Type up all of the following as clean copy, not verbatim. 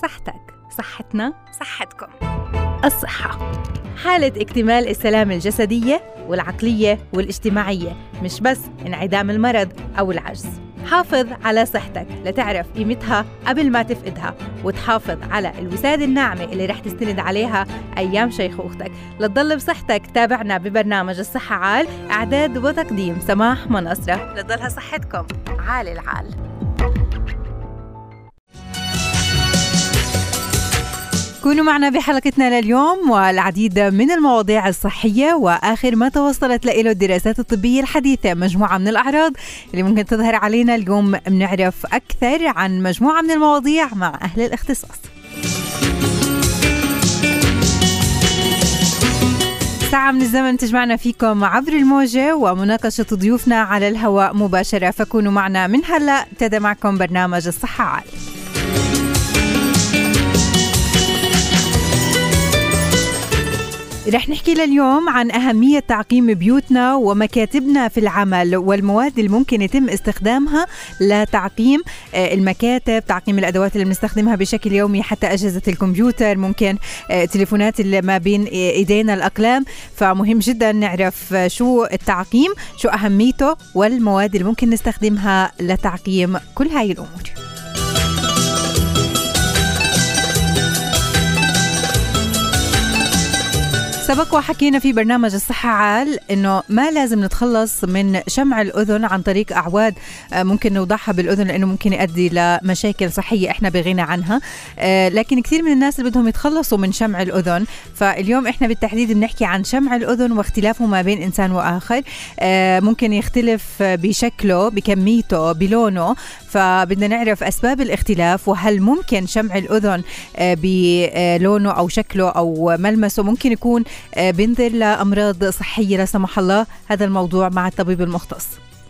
صحتك، صحتنا، صحتكم. الصحة حالة اكتمال السلامة الجسدية والعقلية والاجتماعية، مش بس انعدام المرض أو العجز. حافظ على صحتك لتعرف قيمتها قبل ما تفقدها، وتحافظ على الوسادة الناعمة اللي رح تستند عليها أيام شيخوختك. لتضل بصحتك تابعنا ببرنامج الصحة عال، إعداد وتقديم سماح منصرة. لتضلها صحتكم عال العال. كونوا معنا بحلقتنا لليوم والعديد من المواضيع الصحية وآخر ما توصلت له الدراسات الطبية الحديثة. مجموعة من الأعراض اللي ممكن تظهر علينا اليوم، بنعرف أكثر عن مجموعة من المواضيع مع أهل الاختصاص. ساعة من الزمن تجمعنا فيكم عبر الموجة ومناقشة ضيوفنا على الهواء مباشرة، فكونوا معنا من هلأ. ابتدى معكم برنامج الصحة عال. رح نحكي لليوم عن أهمية تعقيم بيوتنا ومكاتبنا في العمل، والمواد اللي ممكن يتم استخدامها لتعقيم المكاتب، تعقيم الأدوات اللي بنستخدمها بشكل يومي، حتى أجهزة الكمبيوتر، ممكن تليفونات اللي ما بين إيدينا، الأقلام. فمهم جدا نعرف شو التعقيم، شو أهميته، والمواد اللي ممكن نستخدمها لتعقيم كل هاي الأمور. سبق وحكينا في برنامج الصحة عال إنه ما لازم نتخلص من شمع الأذن عن طريق أعواد ممكن نوضعها بالأذن، لأنه ممكن يؤدي لمشاكل صحية إحنا بغنى عنها. لكن كثير من الناس اللي بدهم يتخلصوا من شمع الأذن، فاليوم إحنا بالتحديد بنحكي عن شمع الأذن واختلافه ما بين إنسان وآخر. ممكن يختلف بشكله، بكميته، بلونه، فبدنا نعرف أسباب الاختلاف، وهل ممكن شمع الأذن بلونه أو شكله أو ملمسه ممكن يكون بينذر لأمراض صحية لا سمح الله. هذا الموضوع مع الطبيب المختص.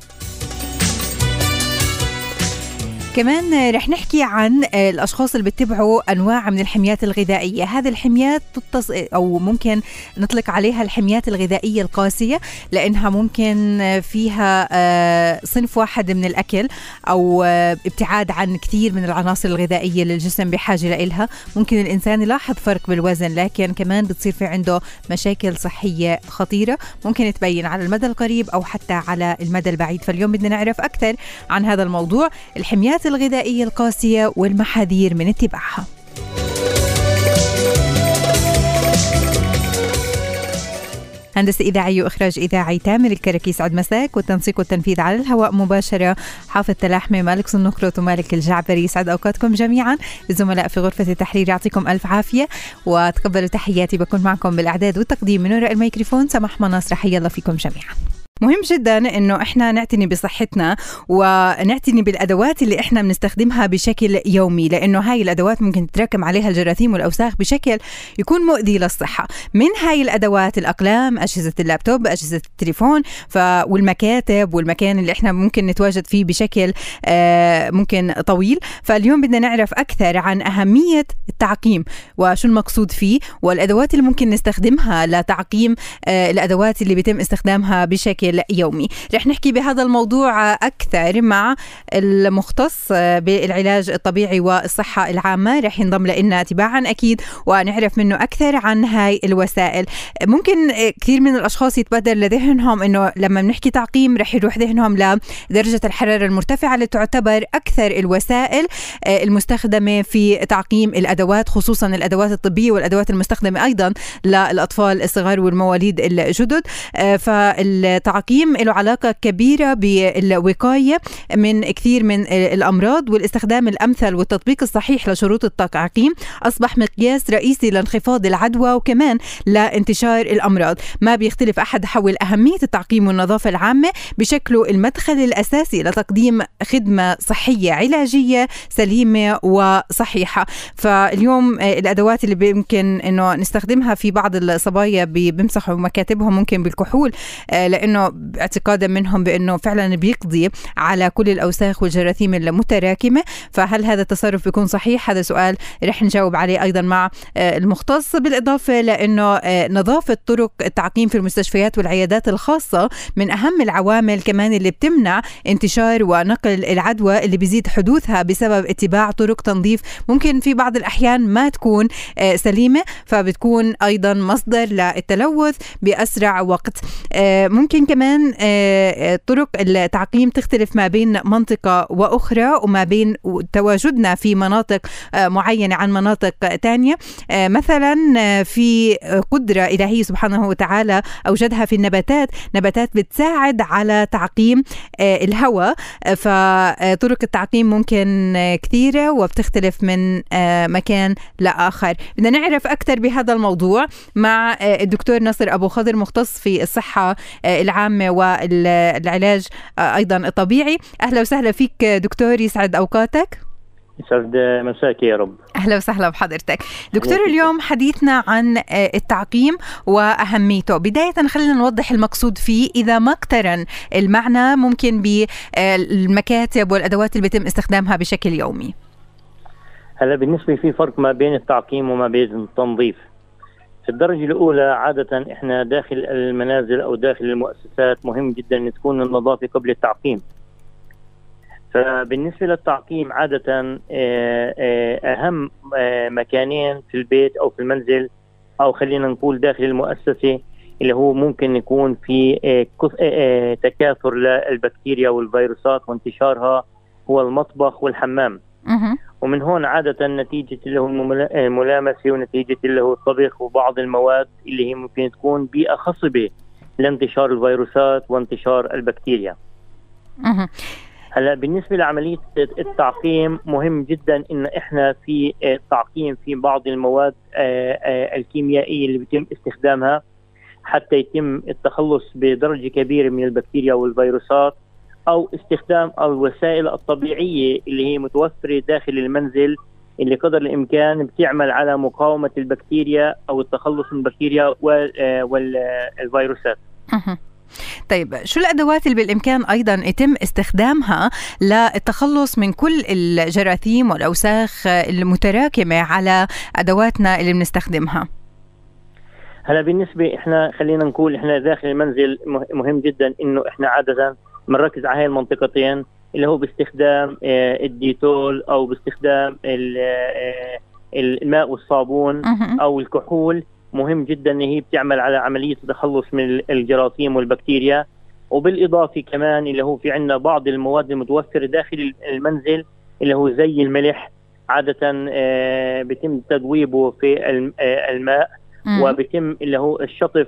كمان رح نحكي عن الأشخاص اللي بيتبعوا أنواع من الحميات الغذائية. هذه الحميات أو ممكن نطلق عليها الحميات الغذائية القاسية، لأنها ممكن فيها صنف واحد من الأكل أو ابتعاد عن كثير من العناصر الغذائية اللي الجسم بحاجة لإلها. ممكن الإنسان يلاحظ فرق بالوزن، لكن كمان بتصير في عنده مشاكل صحية خطيرة ممكن تبين على المدى القريب أو حتى على المدى البعيد. فاليوم بدنا نعرف أكثر عن هذا الموضوع، الحميات الغذائية القاسية والمحاذير من اتباعها. هندسة إذاعية وإخراج إذاعي تامر الكركي، سعد مساك، والتنسيق والتنفيذ على الهواء مباشرة حافظ تلاحمي، مالك صنخرط ومالك الجعبري. سعد أوقاتكم جميعا. الزملاء في غرفة التحرير يعطيكم ألف عافية وتقبلوا تحياتي. بكون معكم بالإعداد والتقديم من وراء الميكروفون سماح منصرة. حيا الله فيكم جميعا. مهم جدا انه احنا نعتني بصحتنا ونعتني بالادوات اللي احنا بنستخدمها بشكل يومي، لانه هاي الادوات ممكن تتراكم عليها الجراثيم والاوساخ بشكل يكون مؤذي للصحه. من هاي الادوات الاقلام، اجهزه اللابتوب، اجهزه التليفون، والمكاتب، والمكان اللي احنا ممكن نتواجد فيه بشكل ممكن طويل. فاليوم بدنا نعرف اكثر عن اهميه التعقيم وشو المقصود فيه، والادوات اللي ممكن نستخدمها لتعقيم الادوات اللي بيتم استخدامها بشكل يومي. رح نحكي بهذا الموضوع أكثر مع المختص بالعلاج الطبيعي والصحة العامة، رح ينضم لنا تباعا أكيد ونعرف منه أكثر عن هاي الوسائل. ممكن كثير من الأشخاص يتبادر لذهنهم إنه لما بنحكي تعقيم رح يروح ذهنهم لدرجة الحرارة المرتفعة اللي تعتبر أكثر الوسائل المستخدمة في تعقيم الأدوات، خصوصا الأدوات الطبية والأدوات المستخدمة أيضا للأطفال الصغار والمواليد الجدد. فالتعقيم له علاقة كبيرة بالوقاية من كثير من الأمراض، والاستخدام الأمثل والتطبيق الصحيح لشروط التعقيم أصبح مقياس رئيسي لانخفاض العدوى وكمان لانتشار الأمراض. ما بيختلف أحد حول أهمية التعقيم والنظافة العامة بشكله المدخل الأساسي لتقديم خدمة صحية علاجية سليمة وصحيحة. فاليوم الأدوات اللي ممكن إنه نستخدمها في بعض الصبايا بيمسحوا مكاتبهم ممكن بالكحول، لأنه لأنه اعتقادا منهم بأنه فعلا بيقضي على كل الأوساخ والجراثيم المتراكمة. فهل هذا التصرف بيكون صحيح؟ هذا سؤال رح نجاوب عليه أيضا مع المختص، بالإضافة لأنه نظافة طرق التعقيم في المستشفيات والعيادات الخاصة من أهم العوامل كمان اللي بتمنع انتشار ونقل العدوى اللي بيزيد حدوثها بسبب اتباع طرق تنظيف ممكن في بعض الأحيان ما تكون سليمة، فبتكون أيضا مصدر للتلوث بأسرع وقت. ممكن كمان طرق التعقيم تختلف ما بين منطقة وأخرى وما بين تواجدنا في مناطق معينة عن مناطق تانية. مثلا في قدرة إلهية سبحانه وتعالى أوجدها في النباتات، نباتات بتساعد على تعقيم الهواء، فطرق التعقيم ممكن كثيرة وبتختلف من مكان لآخر. بدنا نعرف أكثر بهذا الموضوع مع الدكتور نصر أبو خضر، مختص في الصحة العامة والعلاج أيضا الطبيعي. أهلا وسهلا فيك دكتور، يسعد أوقاتك. يسعد مساك يا رب. أهلا وسهلا بحضرتك دكتور. اليوم حديثنا عن التعقيم وأهميته. بداية خلينا نوضح المقصود فيه إذا ما اقترن المعنى ممكن بالمكاتب والأدوات اللي بيتم استخدامها بشكل يومي. هلا بالنسبة في فرق ما بين التعقيم وما بين التنظيف. في الدرجة الأولى عادة إحنا داخل المنازل أو داخل المؤسسات مهم جدا أن تكون النظافة قبل التعقيم. فبالنسبة للتعقيم عادة أهم مكانين في البيت أو في المنزل أو خلينا نقول داخل المؤسسة اللي هو ممكن يكون في تكاثر للبكتيريا والفيروسات وانتشارها هو المطبخ والحمام. ومن هون عادة نتيجة اللي هو الملامسة ونتيجة اللي هو الطبخ وبعض المواد اللي هي ممكن تكون بيئة خصبة لانتشار الفيروسات وانتشار البكتيريا. هلا بالنسبة لعملية التعقيم مهم جدا إن إحنا في تعقيم في بعض المواد الكيميائية اللي بيتم استخدامها حتى يتم التخلص بدرجة كبيرة من البكتيريا والفيروسات، أو استخدام الوسائل الطبيعية اللي هي متوفرة داخل المنزل اللي قدر الإمكان بتعمل على مقاومة البكتيريا أو التخلص من البكتيريا والفيروسات. طيب شو الأدوات اللي بالإمكان أيضا يتم استخدامها للتخلص من كل الجراثيم والأوساخ المتراكمة على أدواتنا اللي بنستخدمها؟ هلا بالنسبة إحنا خلينا نقول إحنا داخل المنزل مهم جدا إنه إحنا عادة بنركز على هاي المنطقتين اللي هو باستخدام الديتول أو باستخدام الماء والصابون أو الكحول. مهم جدا ان هي بتعمل على عمليه التخلص من الجراثيم والبكتيريا. وبالاضافه كمان اللي هو في عندنا بعض المواد المتوفره داخل المنزل اللي هو زي الملح، عاده بيتم تذويبه في الماء وبيتم اللي هو الشطف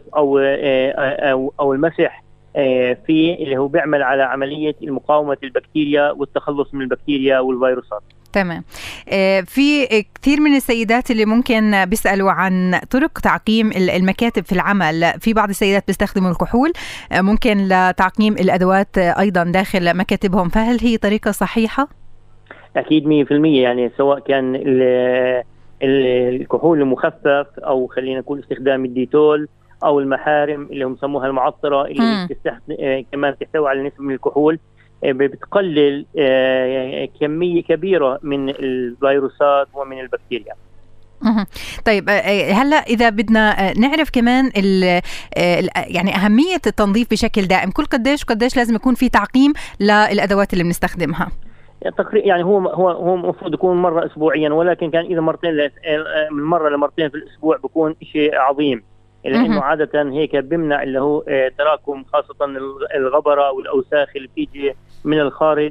او المسح فيه اللي هو بيعمل على عمليه مقاومه البكتيريا والتخلص من البكتيريا والفيروسات. تمام. في كثير من السيدات اللي ممكن بيسألوا عن طرق تعقيم المكاتب في العمل. في بعض السيدات بيستخدموا الكحول ممكن لتعقيم الأدوات أيضا داخل مكاتبهم، فهل هي طريقة صحيحة؟ أكيد 100%. يعني سواء كان الكحول المخفف أو خلينا نقول استخدام الديتول أو المحارم اللي هم سموها المعطرة اللي كمان تحتوي على نسبة من الكحول، بتقلل كمية كبيرة من الفيروسات ومن البكتيريا. طيب هلا إذا بدنا نعرف كمان يعني أهمية التنظيف بشكل دائم، كل قديش لازم يكون في تعقيم للأدوات اللي بنستخدمها؟ تقريبا يعني هو المفروض يكون مرة أسبوعيا، ولكن كان إذا من مرة لمرتين في الأسبوع بيكون شيء عظيم، لأنه عادة هيك بيمنع اللي هو تراكم خاصة الغبرة والأوساخ اللي بتيجي من الخارج،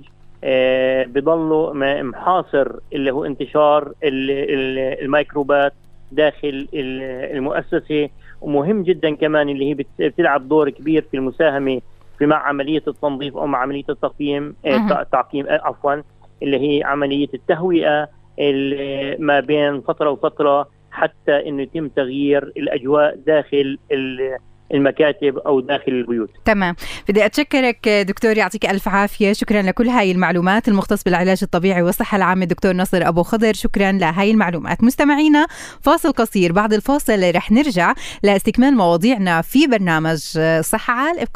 بيضلوا محاصر اللي هو انتشار الميكروبات داخل المؤسسة. ومهم جدا كمان اللي هي بتلعب دور كبير في المساهمة في مع عملية التنظيف أو مع عملية التعقيم عفوا اللي هي عملية التهوئة ما بين فترة وفترة حتى إنه يتم تغيير الأجواء داخل المكاتب أو داخل البيوت. تمام. بدي أتشكرك دكتور، يعطيك ألف عافية. شكرا لكل هاي المعلومات. المختص بالعلاج الطبيعي والصحة العامة دكتور نصر أبو خضر، شكرا لهاي المعلومات. مستمعينا فاصل قصير، بعد الفاصل رح نرجع لاستكمال مواضيعنا في برنامج صحة عال. ابقوا معنا.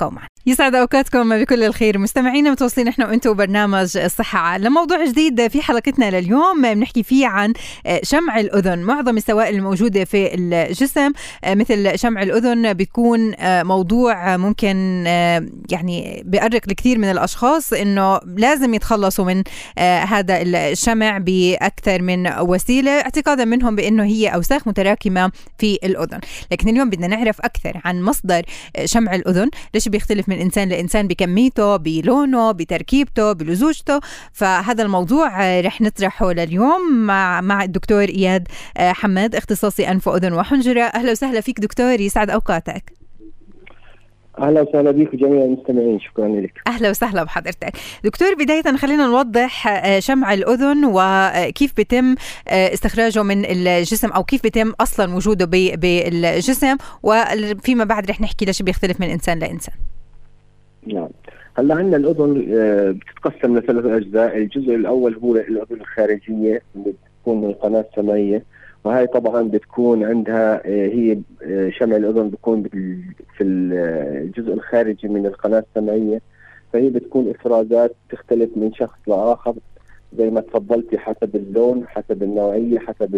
يسعد أوقاتكم بكل الخير مستمعينا، متواصلين احنا وانتم برنامج الصحة لموضوع جديد في حلقتنا لليوم بنحكي فيه عن شمع الأذن. معظم السوائل الموجودة في الجسم مثل شمع الأذن بتكون موضوع ممكن يعني بيأرق الكثير من الأشخاص إنه لازم يتخلصوا من هذا الشمع بأكثر من وسيلة، اعتقادا منهم بأنه هي أوساخ متراكمة في الأذن. لكن اليوم بدنا نعرف أكثر عن مصدر شمع الأذن، ليش بيختلف من إنسان لإنسان بكميته، بلونه، بتركيبته، بلزوجته. فهذا الموضوع رح نطرحه لليوم مع الدكتور إياد حماد، اختصاصي أنف وأذن وحنجرة. أهلا وسهلا فيك دكتور، يسعد أوقاتك. أهلا وسهلا بك جميع المستمعين، شكرا لك. أهلا وسهلا بحضرتك دكتور. بداية خلينا نوضح شمع الأذن وكيف بيتم استخراجه من الجسم، أو كيف بيتم أصلا وجوده بالجسم، وفيما بعد رح نحكي ليش بيختلف من إنسان لإنسان. نعم، هلا عندنا الأذن بتتقسم لثلاث أجزاء. الجزء الأول هو الأذن الخارجية اللي بتكون من القناة السمعية، وهي طبعا بتكون عندها هي شمع الأذن بيكون في الجزء الخارجي من القناة السمعية، فهي بتكون إفرازات تختلف من شخص لآخر زي ما تفضلتي، حسب اللون، حسب النوعية، حسب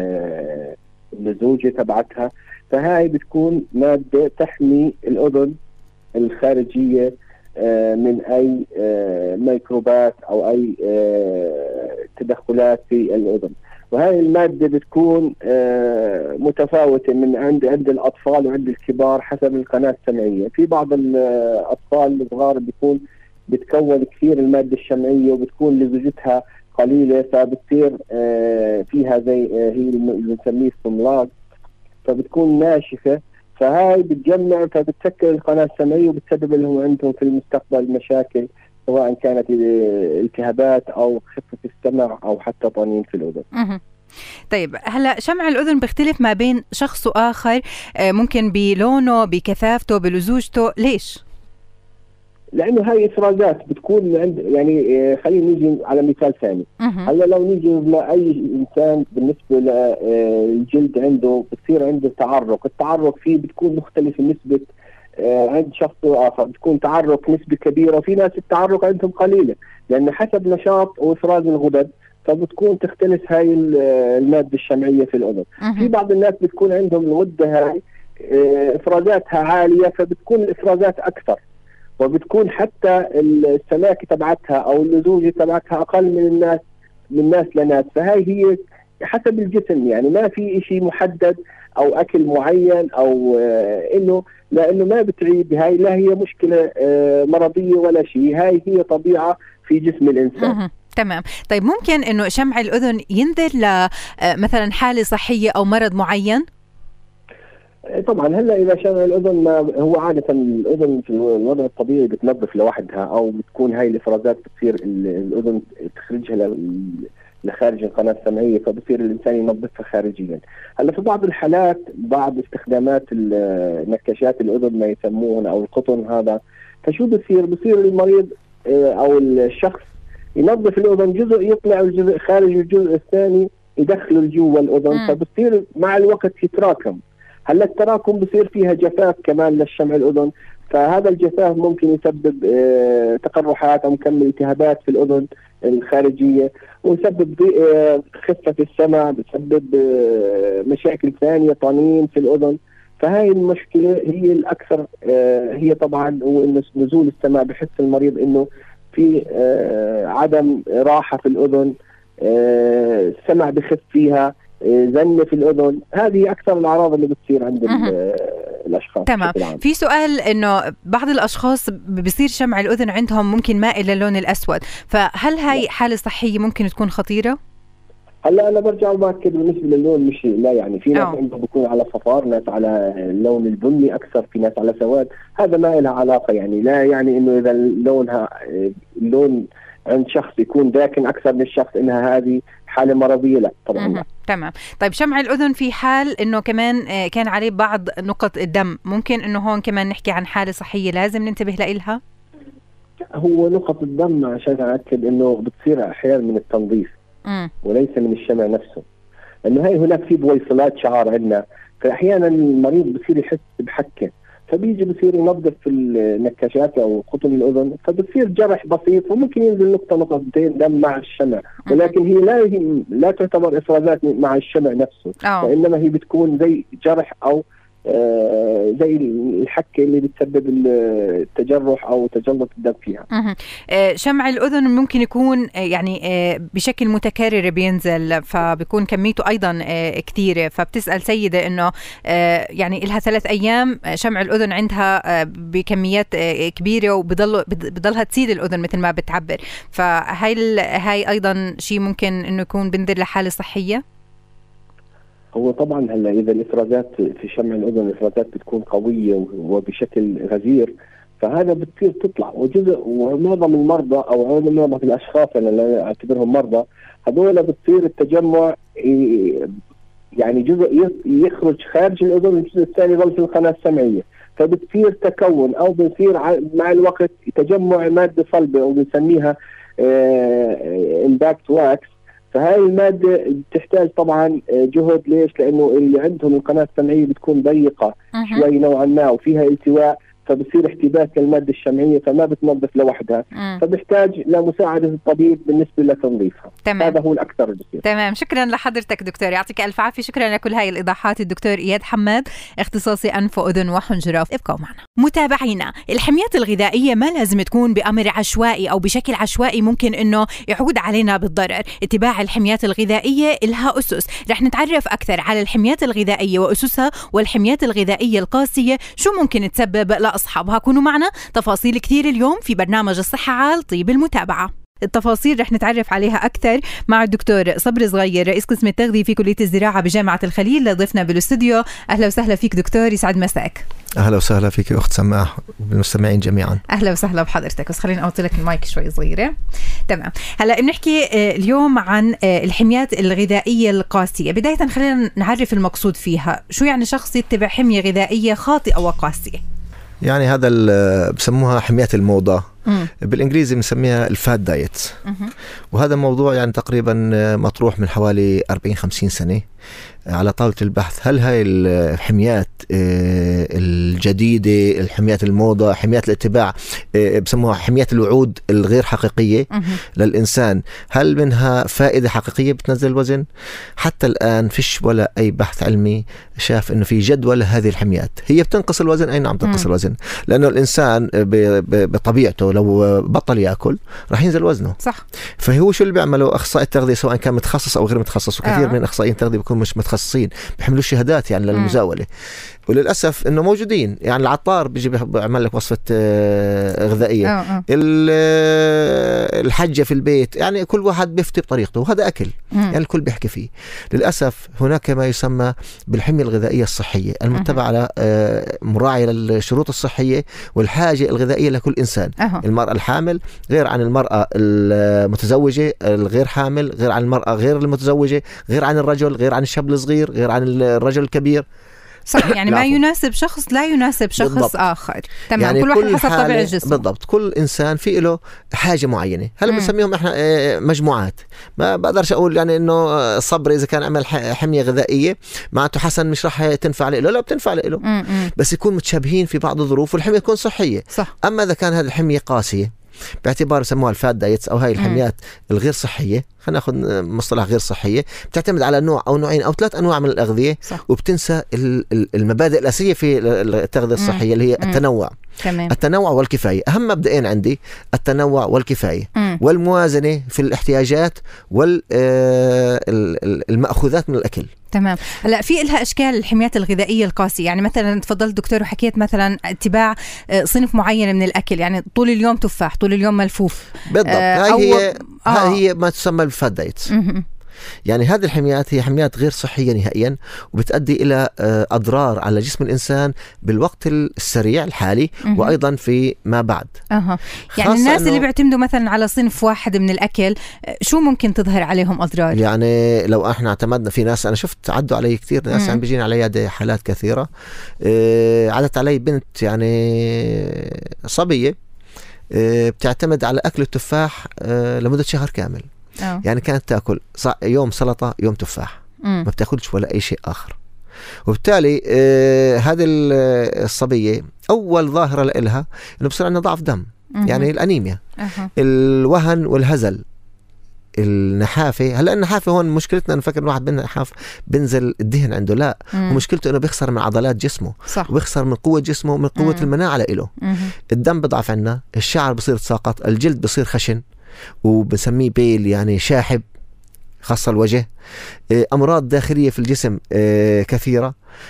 اللزوجة تبعتها. فهاي بتكون مادة تحمي الأذن الخارجية من أي ميكروبات أو أي تدخلات في الأذن. وهذه المادة بتكون متفاوتة من عند الأطفال وعند الكبار حسب القناة السمعية. في بعض الأطفال الصغار بتكون كثير المادة الشمعية وبتكون لزوجتها قليلة، فبتصير فيها زي هي اللي بنسميه الصملاق، فبتكون ناشفة، فهاي بتجمع فبتسكر القناة السمعية وبتسبب لهم عندهم في المستقبل مشاكل، سواء كانت التهابات أو خفة السمع أو حتى طنين في الأذن. طيب هلا شمع الأذن بيختلف ما بين شخص وآخر، ممكن بلونه، بكثافته، بلزوجته، ليش؟ لأنه هاي إفرازات بتكون عند يعني خلينا نيجي على مثال ثاني. هلا لو نيجي لأي إنسان بالنسبة للجلد عنده بتصير عنده تعرق، التعرق فيه بتكون مختلفة نسبة عند شخص آخر، بتكون تعرق نسبة كبيرة، وفي ناس التعرق عندهم قليلة، لأن حسب نشاط وإفراز الغدد فبتكون تختلف هاي المادة الشمعية في الأذن. في بعض الناس بتكون عندهم الغدة هاي إفرازاتها عالية، فبتكون الإفرازات أكثر، وبتكون حتى السماكة تبعتها أو اللزوجة تبعتها أقل من ناس لناس. فهاي هي حسب الجسم، يعني ما في إشي محدد أو أكل معين أو لأنه ما بتعيب هاي، لا هي مشكلة مرضية ولا شيء، هاي هي طبيعة في جسم الإنسان. تمام. طيب ممكن إنه شمع الأذن ينذر مثلا حالة صحية أو مرض معين؟ طبعا هلا اذا شمع الاذن، ما هو عاده الاذن في الوضع الطبيعي بتنظف لوحدها، او بتكون هاي الافرازات بتصير الاذن تخرجها لخارج القناه السمعيه، فبصير الانسان ينظفها خارجيا. هلا في بعض الحالات بعض استخدامات نكاشات الاذن ما يسموهن او القطن هذا، فشو بصير المريض او الشخص ينظف الاذن، جزء يطلع الجزء خارج، الجزء الثاني يدخله جوا الاذن، فبصير مع الوقت يتراكم. هلا التراكم بصير فيها جفاف كمان للشمع الأذن، فهذا الجفاف ممكن يسبب تقرحات أو مكمل التهابات في الأذن الخارجية، ويسبب خفة في السمع، بيسبب مشاكل ثانية، طنين في الأذن. فهاي المشكلة هي الأكثر، هي طبعا هو إنه نزول السمع، بحس المريض إنه في عدم راحة في الأذن، السمع بخف فيها، زنة في الأذن. هذه أكثر الأعراض اللي بتصير عند الأشخاص. تمام. في سؤال إنه بعض الأشخاص بيصير شمع الأذن عندهم ممكن مائل للون الأسود، فهل هاي حالة صحية ممكن تكون خطيرة؟ هلا أنا برجع وبأكد بالنسبة للون، مش لا يعني في ناس عندهم بيكون على صفار، ناس على اللون البني أكثر، في ناس على سواد، هذا ما لها علاقة، يعني لا يعني إنه إذا اللون عند شخص يكون داكن أكثر من الشخص إنها هذه حالة مرضية، لا طبعا لا. تمام. طيب شمع الأذن في حال إنه كمان كان عليه بعض نقط الدم، ممكن إنه هون كمان نحكي عن حالة صحية لازم ننتبه لإلها؟ هو نقط الدم عشان أأكد إنه بتصير أحيانا من التنظيف وليس من الشمع نفسه، لأنه هي هناك في بويصلات شعر عندنا، فأحيانا المريض بصير يحس بحكة، فبيجي بصير ينظف النكاشات او قطن الاذن، فبصير جرح بسيط وممكن ينزل نقطه نقطتين دم مع الشمع، ولكن هي لا تعتبر افرازات مع الشمع نفسه، وانما هي بتكون زي جرح او زي الحكه اللي بتسبب التجرح او تجلط الدم فيها. شمع الاذن ممكن يكون يعني بشكل متكرر بينزل، فبيكون كميته ايضا كثيره، فبتسال سيده انه يعني لها 3 أيام شمع الاذن عندها بكميات كبيره وبضلها تسيد الاذن مثل ما بتعبر، فهاي ايضا شيء ممكن انه يكون بنذر لحاله صحيه. هو طبعا هلا اذا الافرازات في شمع الاذن الافرازات بتكون قويه وبشكل غزير، فهذا بتصير تطلع، وجزء ومعظم المرضى او معظم الاشخاص اللي اعتبرهم مرضى هذول بتصير التجمع يعني جزء يخرج خارج الاذن والجزء الثاني يظل في القناه السمعيه، فبتصير تكون او بتصير مع الوقت تجمع ماده صلبه او بنسميها امباكت واكس. فهاي المادة تحتاج طبعا جهد، ليش؟ لأنه اللي عندهم القناة السمعية بتكون ضيقة شوي نوعا ما وفيها التواء، فبصير احتباس للمادة الشمعية فما بتنظف لوحدها، فبحتاج لمساعدة الطبيب بالنسبة لتنظيفها. تمام. هذا هو الأكثر بصير. تمام، شكرا لحضرتك دكتور، يعطيك ألف عافية. شكرا لكل هاي الإيضاحات الدكتور إياد حماد، اختصاصي أنف وأذن وحنجرة. ابقوا معنا متابعينا. الحميات الغذائية ما لازم تكون بأمر عشوائي أو بشكل عشوائي ممكن إنه يعود علينا بالضرر. اتباع الحميات الغذائية إلها أسس، رح نتعرف أكثر على الحميات الغذائية وأسسها والحميات الغذائية القاسية شو ممكن تسبب أصحابها. كونوا معنا، تفاصيل كثير اليوم في برنامج الصحة عال. طيب المتابعة. التفاصيل رح نتعرف عليها أكثر مع الدكتور صبري صغير، رئيس قسم التغذية في كلية الزراعة بجامعة الخليل، ضيفنا بالاستوديو. أهلا وسهلا فيك دكتور، يسعد مساك. أهلا وسهلا فيك أخت سماح والمستمعين جميعا. أهلا وسهلا بحضرتك، بس خليني أوطي لك المايك شوي صغيرة. تمام، هلا بنحكي اليوم عن الحميات الغذائية القاسية. بداية خلينا نعرف المقصود فيها، شو يعني شخص يتبع حمية غذائية خاطئة وقاسية؟ يعني هذا بسموها حميات الموضة، بالإنجليزي بنسميها الفات دايت، وهذا الموضوع يعني تقريبا مطروح من حوالي 40-50 سنة على طاولة البحث. هل هاي الحميات الجديدة، الحميات الموضة، حميات الاتباع، بسموها حميات الوعود الغير حقيقية للإنسان، هل منها فائدة حقيقية بتنزل الوزن؟ حتى الآن فيش ولا أي بحث علمي شاف إنه في جدوى لهذه الحميات. هي بتنقص الوزن؟ أي نعم تنقص الوزن، لأنه الإنسان بطبيعته لو بطل يأكل راح ينزل وزنه. صح. فهو شو اللي بيعمله أخصائي التغذية سواء كان متخصص أو غير متخصص، وكثير من أخصائيين التغذية بيكونوا مش متخصصين، بيحملوا شهادات يعني للمزاولة، وللأسف إنه موجودين. يعني العطار بيجي بيعمل لك وصفة غذائية، الحجة في البيت، يعني كل واحد بيفتي بطريقته، وهذا أكل يعني الكل بيحكي فيه. للأسف هناك ما يسمى بالحمية الغذائية الصحية المتبعة على مراعية للشروط الصحية والحاجة الغذائية لكل إنسان. المرأة الحامل غير عن المرأة المتزوجة، الغير حامل غير عن المرأة غير المتزوجة، غير عن الرجل، غير عن الشاب الصغير، غير عن الرجل الكبير. صح، يعني ما يناسب شخص لا يناسب شخص بالضبط. آخر. تمام، يعني كل واحد حسب طبيعة الجسم. بالضبط، كل إنسان في له حاجة معينة. هلا بنسميهم إحنا مجموعات. ما بقدرش أقول يعني إنه صبري إذا كان عمل حمية غذائية معناته حسن مش راح تنفع له، لا بتنفع له، بس يكون متشابهين في بعض الظروف والحمية تكون صحية. صح. أما إذا كان هذه الحمية قاسية باعتبار يسموها الفات دايتس أو هاي الحميات الغير صحية، خلينا ناخذ مصطلح غير صحية، بتعتمد على نوع أو نوعين أو 3 أنواع من الأغذية. صح. وبتنسى المبادئ الأساسية في التغذية الصحية اللي هي التنوع. تمام. التنوع والكفاية، أهم مبدئين عندي التنوع والكفاية والموازنة في الاحتياجات والمأخوذات من الأكل. تمام. هلا في لها اشكال الحميات الغذائيه القاسيه، يعني مثلا تفضلت دكتور وحكيت مثلا اتباع صنف معين من الاكل، يعني طول اليوم تفاح، طول اليوم ملفوف. بالضبط. هاي هي ما تسمى الفات دايتس. يعني هذه الحميات هي حميات غير صحية نهائيا، وبتؤدي إلى أضرار على جسم الإنسان بالوقت السريع الحالي وأيضا في ما بعد. يعني الناس اللي بيعتمدوا مثلا على صنف واحد من الأكل شو ممكن تظهر عليهم أضرار؟ يعني لو احنا اعتمدنا، في ناس أنا شفت عدوا علي كثير ناس عم بيجين علي حالات كثيرة، عدت علي بنت يعني صبية بتعتمد على أكل التفاح لمدة شهر كامل. يعني كانت تأكل يوم سلطة يوم تفاح، ما بتاكلش ولا أي شيء آخر. وبالتالي هذه الصبية أول ظاهرة لها إنه بصير عندنا ضعف دم، يعني الأنيميا، الوهن والهزل، النحافة. هلا النحافة هون مشكلتنا نفكر الواحد بالنحاف بنزل الدهن عنده، لا، ومشكلته انه بيخسر من عضلات جسمه، صح. وبيخسر من قوة جسمه ومن قوة المناعة له. الدم بضعف عنا، الشعر بصير يتساقط، الجلد بصير خشن وبنسميه بيل يعني شاحب، خاصة الوجه. أمراض داخلية في الجسم كثيرة.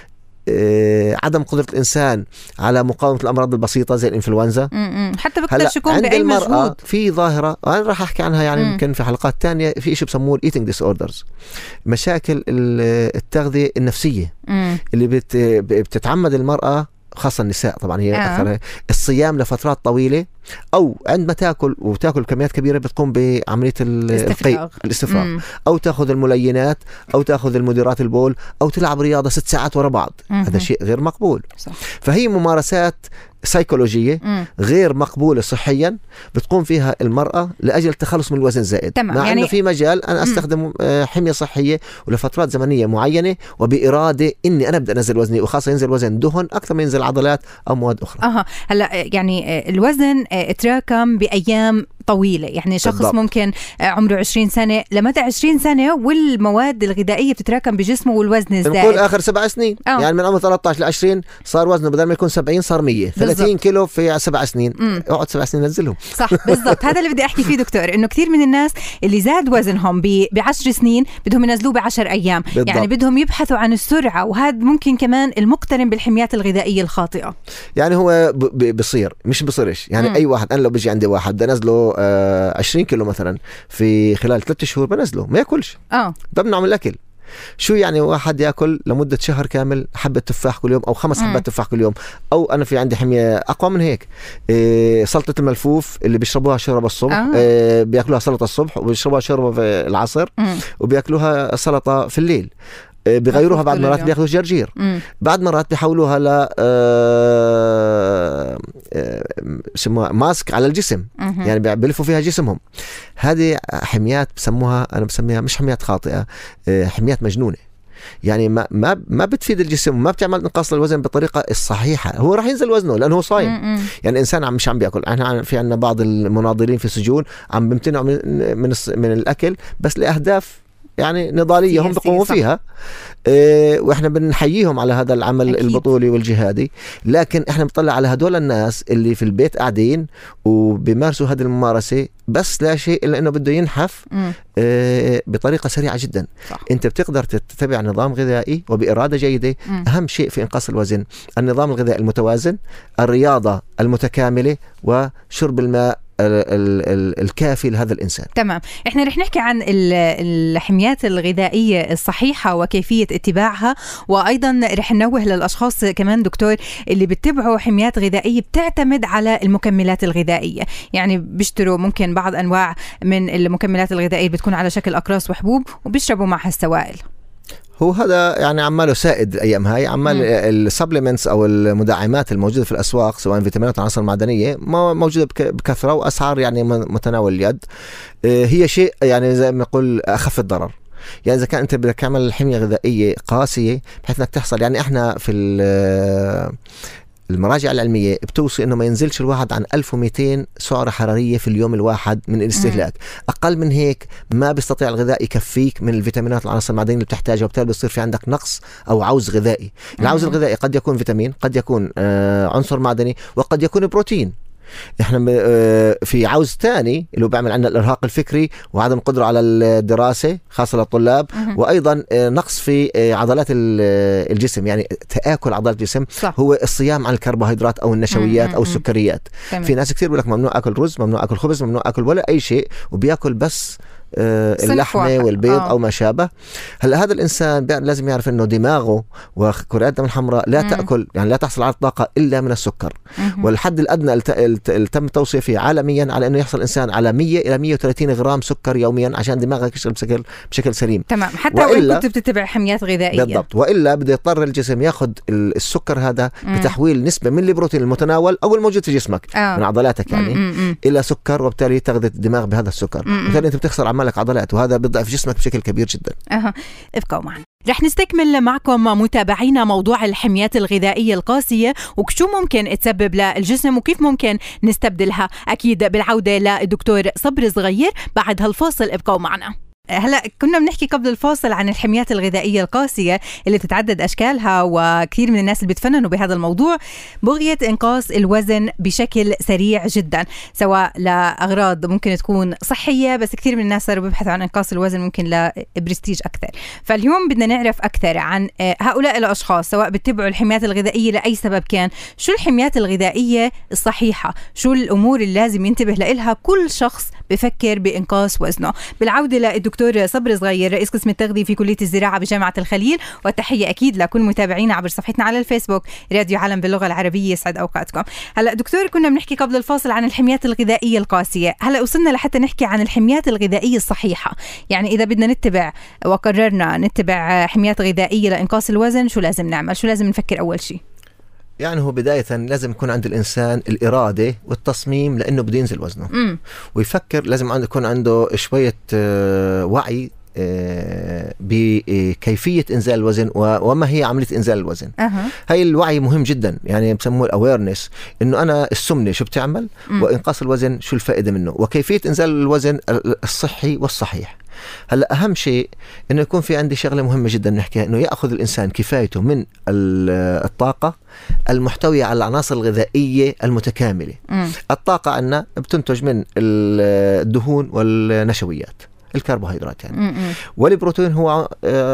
عدم قدرة الإنسان على مقاومة الأمراض البسيطة زي الإنفلونزا. حتى بقدرش يكون بأي مجهود. في ظاهرة أنا راح أحكي عنها يعني يمكن في حلقات تانية، في إشي بسموه eating disorders، مشاكل التغذية النفسية اللي بتتعمد المرأة، خاصة النساء طبعا هي أكثر، الصيام لفترات طويلة، أو عندما تأكل وتأكل كميات كبيرة بتقوم بعملية الاستفراغ، أو تأخذ الملينات، أو تأخذ المديرات البول، أو تلعب رياضة 6 ساعات وراء بعض. هذا شيء غير مقبول. صح. فهي ممارسات سيكولوجية غير مقبولة صحيا بتقوم فيها المرأة لأجل التخلص من الوزن الزائد، مع أنه في مجال أنا أستخدم حمية صحية ولفترات زمنية معينة وبإرادة إني أنا بدأ أنزل وزني، وخاصة ينزل وزن دهن أكثر من ينزل عضلات أو مواد أخرى. هلا يعني الوزن تراكم بأيام طويلة، يعني شخص بالضبط. ممكن عمره 20 سنة لمدى 20 سنة والمواد الغذائية بتتراكم بجسمه والوزن الزائد. نقول آخر 7 سنين يعني من عمر 13 ل 20 صار وزنه بدل ما يكون 70 صار 100. 30 كيلو في 7 سنين. اقعد 7 سنين نزلهم. صح بالضبط. هذا اللي بدي أحكي فيه دكتور، إنه كثير من الناس اللي زاد وزنهم ب10 سنين بدهم ينزلوه ب10 أيام بالضبط. يعني بدهم يبحثوا عن السرعة، وهذا ممكن كمان المقترن بالحميات الغذائية الخاطئة. يعني هو بصير مش بصيرش يعني أي واحد، أنا لو بيجي عندي واحد بدي أنزله 20 كيلو مثلا في خلال 3 شهور بنزله ما يأكلش، بمنعه من الأكل. شو يعني واحد يأكل لمدة شهر كامل حبة تفاح كل يوم أو 5 حبات تفاح كل يوم؟ أو أنا في عندي حمية أقوى من هيك، سلطة الملفوف اللي بيشربوها شرب الصبح، بيأكلوها سلطة الصبح وبيشربوها شرب في العصر، وبيأكلوها سلطة في الليل، بيغيروها بعد مرات بياخذوا جرجير، بعد مرات بيحولوها ل ماسك على الجسم، يعني بيلفوا فيها جسمهم. هذه حميات بسموها، أنا بسميها مش حميات خاطئة، حميات مجنونة. يعني ما بتفيد الجسم وما بتعمل انقاص للوزن بالطريقة الصحيحة. هو راح ينزل وزنه لأنه هو صايم. يعني إنسان مش عم بيأكل. احنا في عنا بعض المناضلين في السجون عم بيمتنعوا من الأكل بس لأهداف يعني نضالية هم بيقوموا فيها، وإحنا بنحييهم على هذا العمل أكيد. البطولي والجهادي. لكن إحنا بنطلع على هدول الناس اللي في البيت قاعدين وبيمارسوا هذه الممارسة بس لا شيء إلا إنه بده ينحف بطريقة سريعة جدا. صح. أنت بتقدر تتبع نظام غذائي وبإرادة جيدة. أهم شيء في إنقاص الوزن النظام الغذائي المتوازن، الرياضة المتكاملة، وشرب الماء الكافي لهذا الإنسان. تمام. إحنا رح نحكي عن الحميات الغذائية الصحيحة وكيفية اتباعها، وأيضا رح ننوه للأشخاص كمان دكتور اللي بتبعوا حميات غذائية بتعتمد على المكملات الغذائية، يعني بيشتروا ممكن بعض أنواع من المكملات الغذائية بتكون على شكل أقراص وحبوب وبيشربوا معها السوائل. هو هذا يعني عماله سائد الأيام هاي، عمال السبلمنتس أو المدعمات الموجودة في الأسواق سواء فيتامينات وعناصر معدنية موجودة بكثرة وأسعار يعني متناول اليد. هي شيء يعني زي ما نقول أخف الضرر. يعني إذا كان أنت بدك تعمل حمية غذائية قاسية بحيث أنك تحصل، يعني إحنا في المراجع العلمية بتوصي إنه ما ينزلش الواحد عن 1200 سعرة حرارية في اليوم الواحد من الاستهلاك. أقل من هيك ما بيستطيع الغذاء يكفيك من الفيتامينات والعناصر المعدنية اللي بتحتاجها، وبالتالي بيصير في عندك نقص أو عوز غذائي. العوز الغذائي قد يكون فيتامين، قد يكون عنصر معدني، وقد يكون بروتين. احنا في عوز تاني اللي هو بيعمل عندنا الارهاق الفكري وعدم القدره على الدراسه خاصه للطلاب، وايضا نقص في عضلات الجسم، يعني تاكل عضلات الجسم. صح. هو الصيام عن الكربوهيدرات او النشويات او السكريات. في ناس كثير بيقول لك ممنوع اكل رز، ممنوع اكل خبز، ممنوع اكل ولا اي شيء، وبياكل بس اللحمة والبيض أو ما شابه. هلا هذا الإنسان لازم يعرف إنه دماغه وكريات الدم الحمراء لا تأكل، يعني لا تحصل على الطاقة إلا من السكر. والحد الأدنى اللي تم التوصية فيه عالميا على إنه يحصل الإنسان على 100 إلى 130 غرام سكر يوميا عشان دماغك يشتغل بشكل سليم. تمام. حتى وإن كنت بتتبع حميات غذائية. بالضبط. وإلا بده يضطر الجسم ياخذ السكر هذا بتحويل نسبة من البروتين المتناول أو الموجود في جسمك من عضلاتك يعني إلى سكر، وبالتالي تغذية الدماغ بهذا السكر. وبالتالي أنت بتخسر عمال لك عضلات، وهذا بيضعف جسمك بشكل كبير جدا. ابقوا معنا، رح نستكمل معكم متابعينا موضوع الحميات الغذائية القاسية وشو ممكن تسبب للجسم وكيف ممكن نستبدلها، أكيد بالعودة للدكتور صبري صغير بعد هالفاصل. ابقوا معنا. هلا كنا بنحكي قبل الفاصل عن الحميات الغذائية القاسية اللي بتتعدد أشكالها، وكثير من الناس اللي بتفننوا بهذا الموضوع بغية إنقاص الوزن بشكل سريع جدا، سواء لأغراض ممكن تكون صحية، بس كثير من الناس صاروا بيبحثوا عن إنقاص الوزن ممكن لبرستيج أكثر. فاليوم بدنا نعرف أكثر عن هؤلاء الأشخاص سواء بتتبعوا الحميات الغذائية لأي سبب كان، شو الحميات الغذائية الصحيحة، شو الأمور اللي لازم ينتبه لها كل شخص بفكر بإنقاص وزنه. بالعودة للدكتور صبري صغير رئيس قسم التغذية في كلية الزراعة بجامعة الخليل، والتحية أكيد لكل متابعينا عبر صفحتنا على الفيسبوك راديو عالم باللغة العربية. يسعد أوقاتكم. هلا دكتور كنا بنحكي قبل الفاصل عن الحميات الغذائية القاسية، هلا وصلنا لحتى نحكي عن الحميات الغذائية الصحيحة. يعني إذا بدنا نتبع وقررنا نتبع حميات غذائية لإنقاص الوزن، شو لازم نعمل؟ شو لازم نفكر أول شيء؟ يعني هو بداية لازم يكون عند الإنسان الإرادة والتصميم لأنه بده ينزل وزنه، ويفكر لازم يكون عنده شوية وعي بكيفية إنزال الوزن وما هي عملية إنزال الوزن. هاي الوعي مهم جدا، يعني بسموه الأويرنس، إنه أنا السمنة شو بتعمل وإنقاص الوزن شو الفائدة منه، وكيفية إنزال الوزن الصحي والصحيح. هلا أهم شيء إنه يكون في عندي شغلة مهمة جدا نحكيها، إنه يأخذ الإنسان كفايته من الطاقة المحتوية على العناصر الغذائية المتكاملة. الطاقة عندنا بتنتج من الدهون والنشويات، الكربوهيدرات يعني. والبروتين هو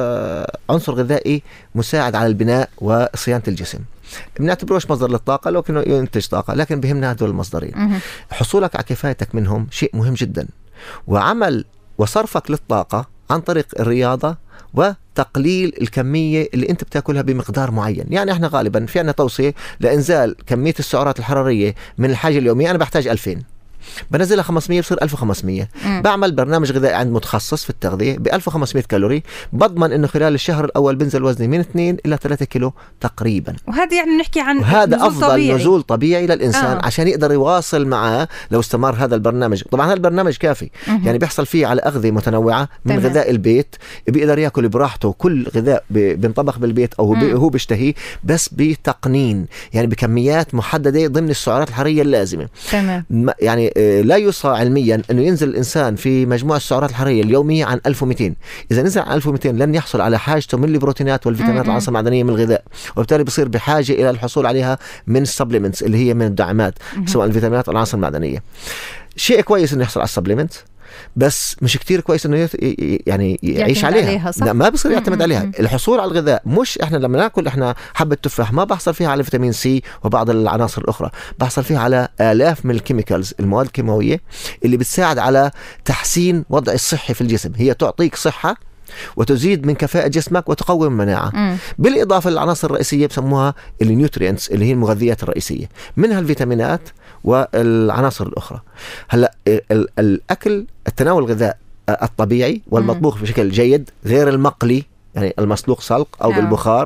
عنصر غذائي مساعد على البناء وصيانة الجسم، بنعتبروش مصدر للطاقة لكنه ينتج طاقة، لكن بهمنا هدول المصدرين. حصولك على كفايتك منهم شيء مهم جدا، وعمل وصرفك للطاقة عن طريق الرياضة وتقليل الكمية اللي انت بتاكلها بمقدار معين. يعني احنا غالبا في عنا توصية لإنزال كمية السعرات الحرارية من الحاجة اليومية، أنا بحتاج 2000 بنزلها 500 بصير 1500. بعمل برنامج غذائي عند متخصص في التغذية ب 1500 كالوري، بضمن انه خلال الشهر الاول بنزل وزني من 2 الى 3 كيلو تقريبا. وهذا يعني نحكي عن وهذا افضل طبيعي. نزول طبيعي للانسان عشان يقدر يواصل معاه لو استمر هذا البرنامج. طبعا هذا البرنامج كافي، يعني بيحصل فيه على اغذية متنوعة من غذاء البيت، بيقدر ياكل براحته، كل غذاء بينطبخ بالبيت او هو بيشتهيه، بس بتقنين، يعني بكميات محددة ضمن السعرات الحرارية اللازمة. تمام. يعني لا يوصى علميا أنه ينزل الإنسان في مجموع السعرات الحرارية اليومية عن 1200. إذا نزل عن 1200 لن يحصل على حاجته من البروتينات والفيتامينات والعناصر المعدنية من الغذاء، وبالتالي بصير بحاجة إلى الحصول عليها من السبليمنتس اللي هي من الدعامات، سواء الفيتامينات أو العناصر المعدنية. شيء كويس إنه يحصل على السبليمنت، بس مش كتير كويس انه يعني يعيش عليها. لا، ما بصير يعتمد عليها. الحصول على الغذاء، مش احنا لما ناكل احنا حبة تفاح ما بحصل فيها على فيتامين سي وبعض العناصر الاخرى، بحصل فيها على آلاف من الكيميكالز، المواد الكيماوية اللي بتساعد على تحسين وضع الصحي في الجسم. هي تعطيك صحة وتزيد من كفاءة جسمك وتقوي المناعة، بالإضافة للعناصر الرئيسية بسموها النيوترينتس اللي هي المغذيات الرئيسية، منها الفيتامينات والعناصر الأخرى. هلأ الأكل، التناول الغذاء الطبيعي والمطبوخ بشكل جيد غير المقلي، يعني المسلوق سلق أو بالبخار،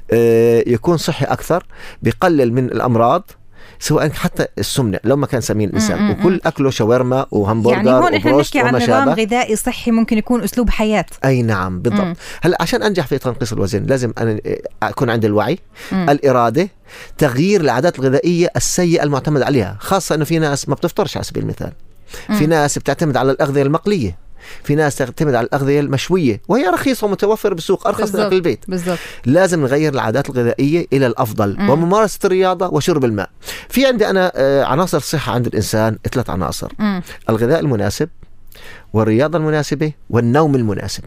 يكون صحي أكثر، بيقلل من الأمراض، سواء حتى السمنة لو ما كان سمين الإنسان، وكل أكله شاورما وهمبرجر يعني هون إحنا نحكي عن نظام شابه. غذائي صحي ممكن يكون أسلوب حياة. أي نعم بالضبط. هلا عشان أنجح في تنقيص الوزن لازم أنا أكون عندي الوعي، الإرادة، تغيير العادات الغذائية السيئة المعتمد عليها، خاصة أنه في ناس ما بتفطرش على سبيل المثال، في ناس بتعتمد على الأغذية المقلية، في ناس تعتمد على الأغذية المشوية وهي رخيصة ومتوفرة بالسوق، أرخص من أكل البيت. بالضبط. لازم نغير العادات الغذائية إلى الأفضل، وممارسة الرياضة وشرب الماء. في عندي أنا عناصر صحة عند الإنسان 3 عناصر: الغذاء المناسب، والرياضة المناسبة، والنوم المناسب.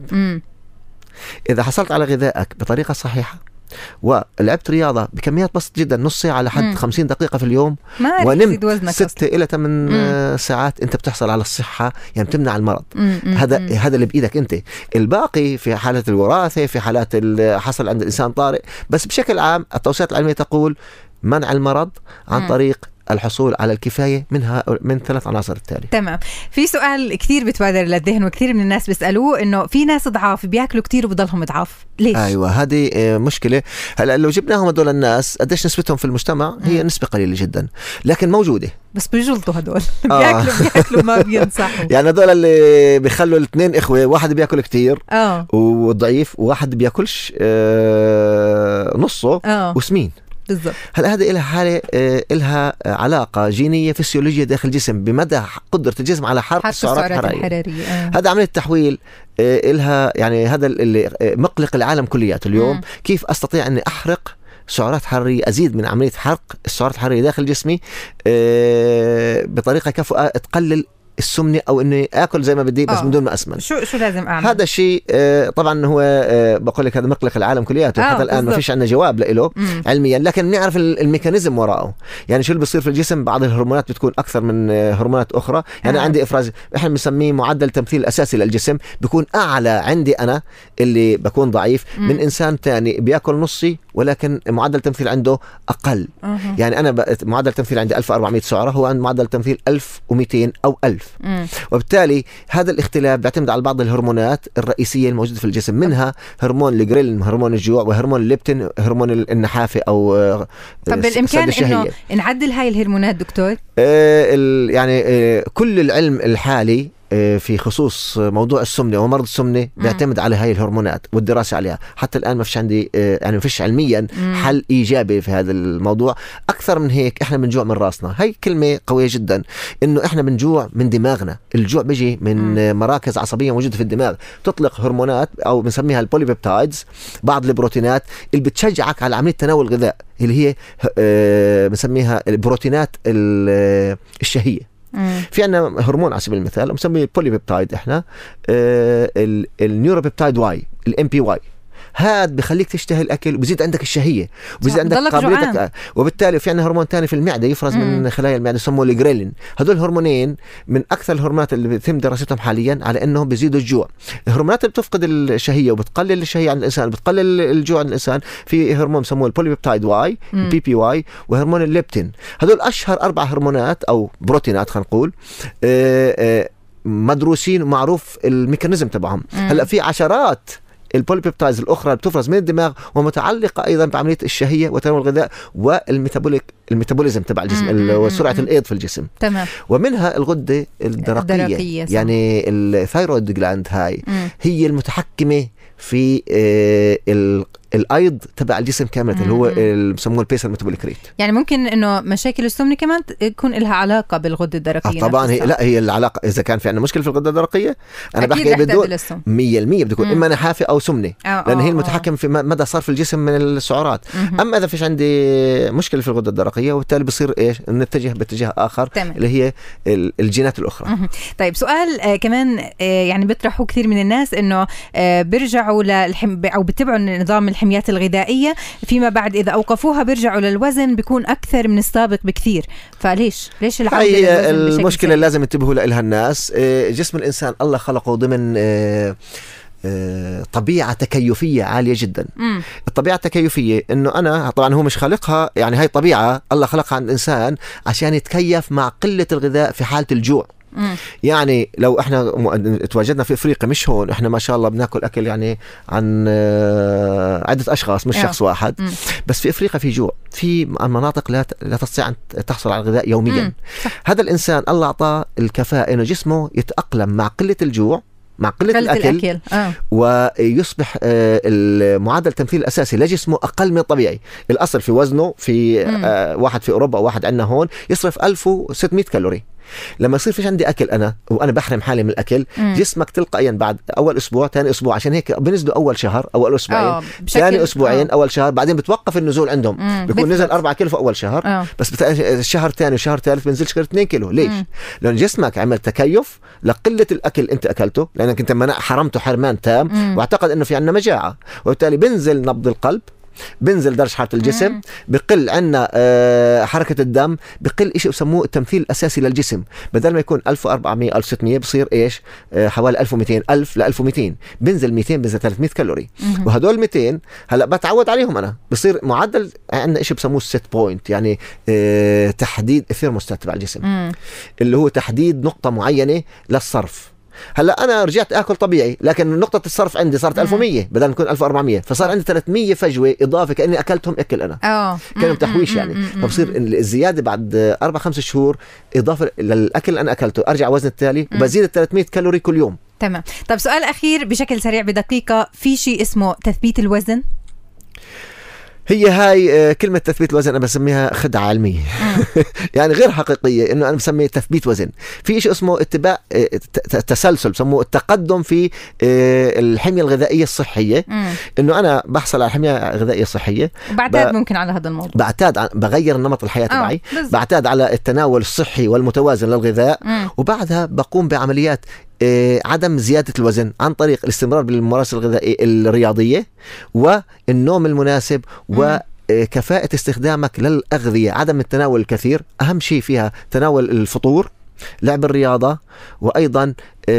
إذا حصلت على غذائك بطريقة صحيحة ولعبت رياضة بكميات بسيطة جدا، نص ساعة لحد 50 دقيقة في اليوم، ونمت 6 إلى 8 ساعات، أنت بتحصل على الصحة، يعني بتمنع المرض. هذا اللي بإيدك أنت. الباقي في حالة الوراثة، في حالات حصل عند الإنسان طارئ، بس بشكل عام التوصيات العلمية تقول منع المرض عن طريق الحصول على الكفاية من 3 عناصر التالية. تمام. في سؤال كثير بتبادر للذهن وكثير من الناس بيسألوه، إنه في ناس ضعاف بياكلوا كثير وبضلهم ضعاف، ليش؟ أيوة، هذه مشكلة. هلا لو جبناهم هدول الناس قديش نسبتهم في المجتمع؟ هي نسبة قليلة جدا لكن موجودة. بس بيجلطوا هدول بياكلوا ما بينصحوا. يعني هدول اللي بيخلوا 2 إخوة، واحد بياكل كتير وضعيف، وواحد بياكلش نصه وسمين. بالضبط. هلا هذا لها حالة، لها علاقة جينية فسيولوجية داخل الجسم بمدى قدرة الجسم على حرق السعرات الحرارية. هذا عملية تحويل لها، يعني هذا اللي مقلق العالم كلياته اليوم. كيف أستطيع أني أحرق سعرات حرارية، أزيد من عملية حرق السعرات الحرارية داخل جسمي بطريقة كفؤة تقلل السمنة، أو إني آكل زي ما بدي بس من دون ما أسمن. شو لازم أعمل؟ هذا الشيء طبعا هو بقول لك هذا مقلق العالم كلياته. حتى الآن ما فيش عندنا جواب له علميا، لكن نعرف الميكانيزم وراءه. يعني شو اللي بيصير في الجسم؟ بعض الهرمونات بتكون أكثر من هرمونات أخرى. يعني عندي إفراز، إحنا بنسميه معدل التمثيل الأساسي للجسم، بيكون أعلى عندي أنا اللي بكون ضعيف من إنسان تاني بياكل نصي ولكن معدل تمثيل عنده أقل. يعني أنا معدل تمثيل عندي 1400 سعرة، هو عند معدل تمثيل 1200 أو 1000. وبالتالي هذا الاختلاف بيعتمد على بعض الهرمونات الرئيسية الموجودة في الجسم، منها هرمون الجريلين، هرمون الجوع، وهرمون الليبتين، هرمون النحافة أو طب بالإمكان إنه نعدل هاي الهرمونات دكتور؟ يعني كل العلم الحالي في خصوص موضوع السمنة ومرض السمنة بيعتمد على هاي الهرمونات والدراسة عليها. حتى الآن ما فيش عندي يعني ما فيش علميا حل إيجابي في هذا الموضوع. أكثر من هيك إحنا بنجوع من راسنا. هاي كلمة قوية جدا، إنه إحنا بنجوع من دماغنا. الجوع بيجي من مراكز عصبية موجودة في الدماغ، تطلق هرمونات أو بنسميها البوليبيبتايدز، بعض البروتينات اللي بتشجعك على عملية تناول الغذاء، اللي هي بنسميها البروتينات الشهية. في عنا هرمون على سبيل المثال مسميه البوليبيبتايد احنا النيوروبيبتايد واي، الام بي واي. هذا بخليك تشتهي الاكل وبزيد عندك الشهيه وبزيد عندك قابليتك. وبالتالي في عندنا هرمون ثاني في المعده يفرز من خلايا المعده يسموه الجريلين. هذول الهرمونين من اكثر الهرمونات اللي بيتم دراستهم حاليا على انهم بيزيدوا الجوع. الهرمونات اللي بتفقد الشهيه وبتقلل الشهيه عند الانسان، بتقلل الجوع عند الانسان، في هرمون سموه البوليبيبتايد واي، البي بي واي، وهرمون الليبتين. هذول اشهر 4 هرمونات او بروتينات خلينا نقول مدروسين ومعروف الميكانيزم تبعهم. هلا في عشرات البوليبيبتايدز الأخرى بتفرز من الدماغ ومتعلقة أيضا بعملية الشهية وتناول الغذاء والميتابوليزم تبع الجسم وسرعة الإيض في الجسم. تمام. ومنها الغدة الدرقية يعني الثايرويد جلاند. هاي هي المتحكمة في الايض تبع الجسم كامل اللي هو بسموه البيسل ميتابوليك ريت. يعني ممكن انه مشاكل السمنه كمان يكون لها علاقه بالغده الدرقيه. طبعا هي العلاقه اذا كان في عندنا مشكله في الغده الدرقيه انا بحكي بدون 100% بتكون اما نحافه او سمنه، لان هي المتحكم في مدى صرف الجسم من السعرات. اما اذا فيش عندي مشكله في الغده الدرقيه وبالتالي بصير ايش نتجه باتجاه اخر اللي هي الجينات الاخرى. طيب سؤال كمان يعني بيطرحوه كثير من الناس انه بيرجعوا او بيتبعوا نظام الحميات الغذائية فيما بعد إذا أوقفوها بيرجعوا للوزن بيكون أكثر من السابق بكثير. فليش العودة هي المشكلة اللي لازم ينتبهوا لها الناس. جسم الإنسان الله خلقه ضمن طبيعة تكيفية عالية جدا. الطبيعة التكيفية إنه أنا طبعا هو مش خالقها، يعني هاي طبيعة الله خلقها عند الإنسان عشان يتكيف مع قلة الغذاء في حالة الجوع. يعني لو احنا تواجدنا في افريقيا مش هون، احنا ما شاء الله بناكل اكل يعني عن عدة اشخاص مش شخص واحد. بس في افريقيا في جوع، في مناطق لا تستطيع ان تحصل على الغذاء يوميا. هذا الانسان الله اعطاه الكفاءة انه جسمه يتأقلم مع قلة الجوع مع قلة الأكل. ويصبح المعدل التمثيل الأساسي لجسمه أقل من الطبيعي. الأصل في وزنه في واحد في أوروبا وواحد عندنا هون يصرف 1600 كالوري. لما يصير فيش عندي أكل أنا وأنا بحرم حالي من الأكل، جسمك تلقائيا بعد أول أسبوع ثاني أسبوع، عشان هيك بنزلوا أول شهر أول أسبوعين ثاني أسبوعين أول شهر، بعدين بتوقف النزول عندهم بيكون نزل 4 كيلو في أول شهر. بس الشهر الثاني وشهر ثالث بنزلش غير 2 كيلو. ليش؟ لأن جسمك عمل تكيف لقلة الأكل أنت أكلته، لأنك أنت حرمته حرمان تام واعتقد أنه في عنا مجاعة، وبالتالي بنزل نبض القلب بنزل درجة حرارة الجسم، بقل عنا حركة الدم، بقل شيء بسموه التمثيل الأساسي للجسم. بدل ما يكون 1400 1600 بصير إيش حوالي 1200 1000 ل 1200، بنزل 200 بنزل 300 كالوري. وهدول 200 هلا بتعود عليهم أنا، بصير معدل عندنا شيء بسموه السيت بوينت، يعني تحديد الثيرموستات تبع الجسم اللي هو تحديد نقطة معينة للصرف. هلا انا رجعت اكل طبيعي، لكن نقطه الصرف عندي صارت 1100 بدل ما تكون 1400، فصار عندي 300 فجوه اضافه كاني اكلتهم اكل انا كانوا تحويش يعني. فبصير الزياده بعد 4-5 شهور اضافه للاكل اللي انا اكلته، ارجع وزن التالي وبزيد 300 كالوري كل يوم. تمام. طب سؤال اخير بشكل سريع بدقيقه، في شيء اسمه تثبيت الوزن؟ هي هاي كلمة تثبيت الوزن أنا بسميها خدعة علمية يعني غير حقيقية. إنه أنا بسميه تثبيت وزن. في شيء اسمه اتباع تسلسل، بسموه التقدم في الحمية الغذائية الصحية. إنه أنا بحصل على حمية غذائية صحية بعتاد ممكن على هذا الموضوع، بعتاد بغير النمط الحياة تبعي، بعتاد على التناول الصحي والمتوازن للغذاء، وبعدها بقوم بعمليات عدم زيادة الوزن عن طريق الاستمرار بالممارسة الغذائية الرياضية والنوم المناسب وكفاءة استخدامك للأغذية، عدم التناول الكثير، أهم شيء فيها تناول الفطور، لعب الرياضة، وأيضا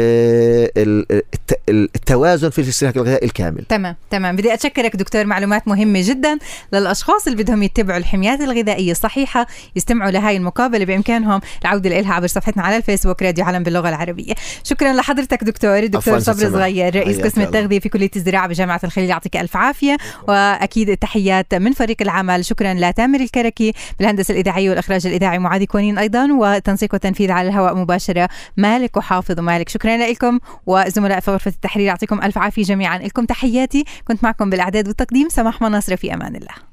التوازن في الاستهلاك الغذائي الكامل. تمام. بدي أتشكرك دكتور، معلومات مهمة جدا للأشخاص اللي بدهم يتبعوا الحميات الغذائية الصحيحة. يستمعوا لهاي المقابلة بإمكانهم العودة لها عبر صفحتنا على الفيسبوك راديو علم باللغة العربية. شكرا لحضرتك دكتور صبري صغير، رئيس قسم التغذية في كلية الزراعة بجامعة الخليل. يعطيك ألف عافية، وأكيد التحيات من فريق العمل. شكرا لتامر الكركي بالهندسة الإذاعية والإخراج الإذاعي، معاذ كونين أيضا، وتنسيق وتنفيذ على الهواء مباشرة مالك وحافظ ومالك. شكرا لكم وزملاء في غرفة التحرير، يعطيكم ألف عافية جميعا. لكم تحياتي، كنت معكم بالإعداد والتقديم سماح مناصر، في أمان الله.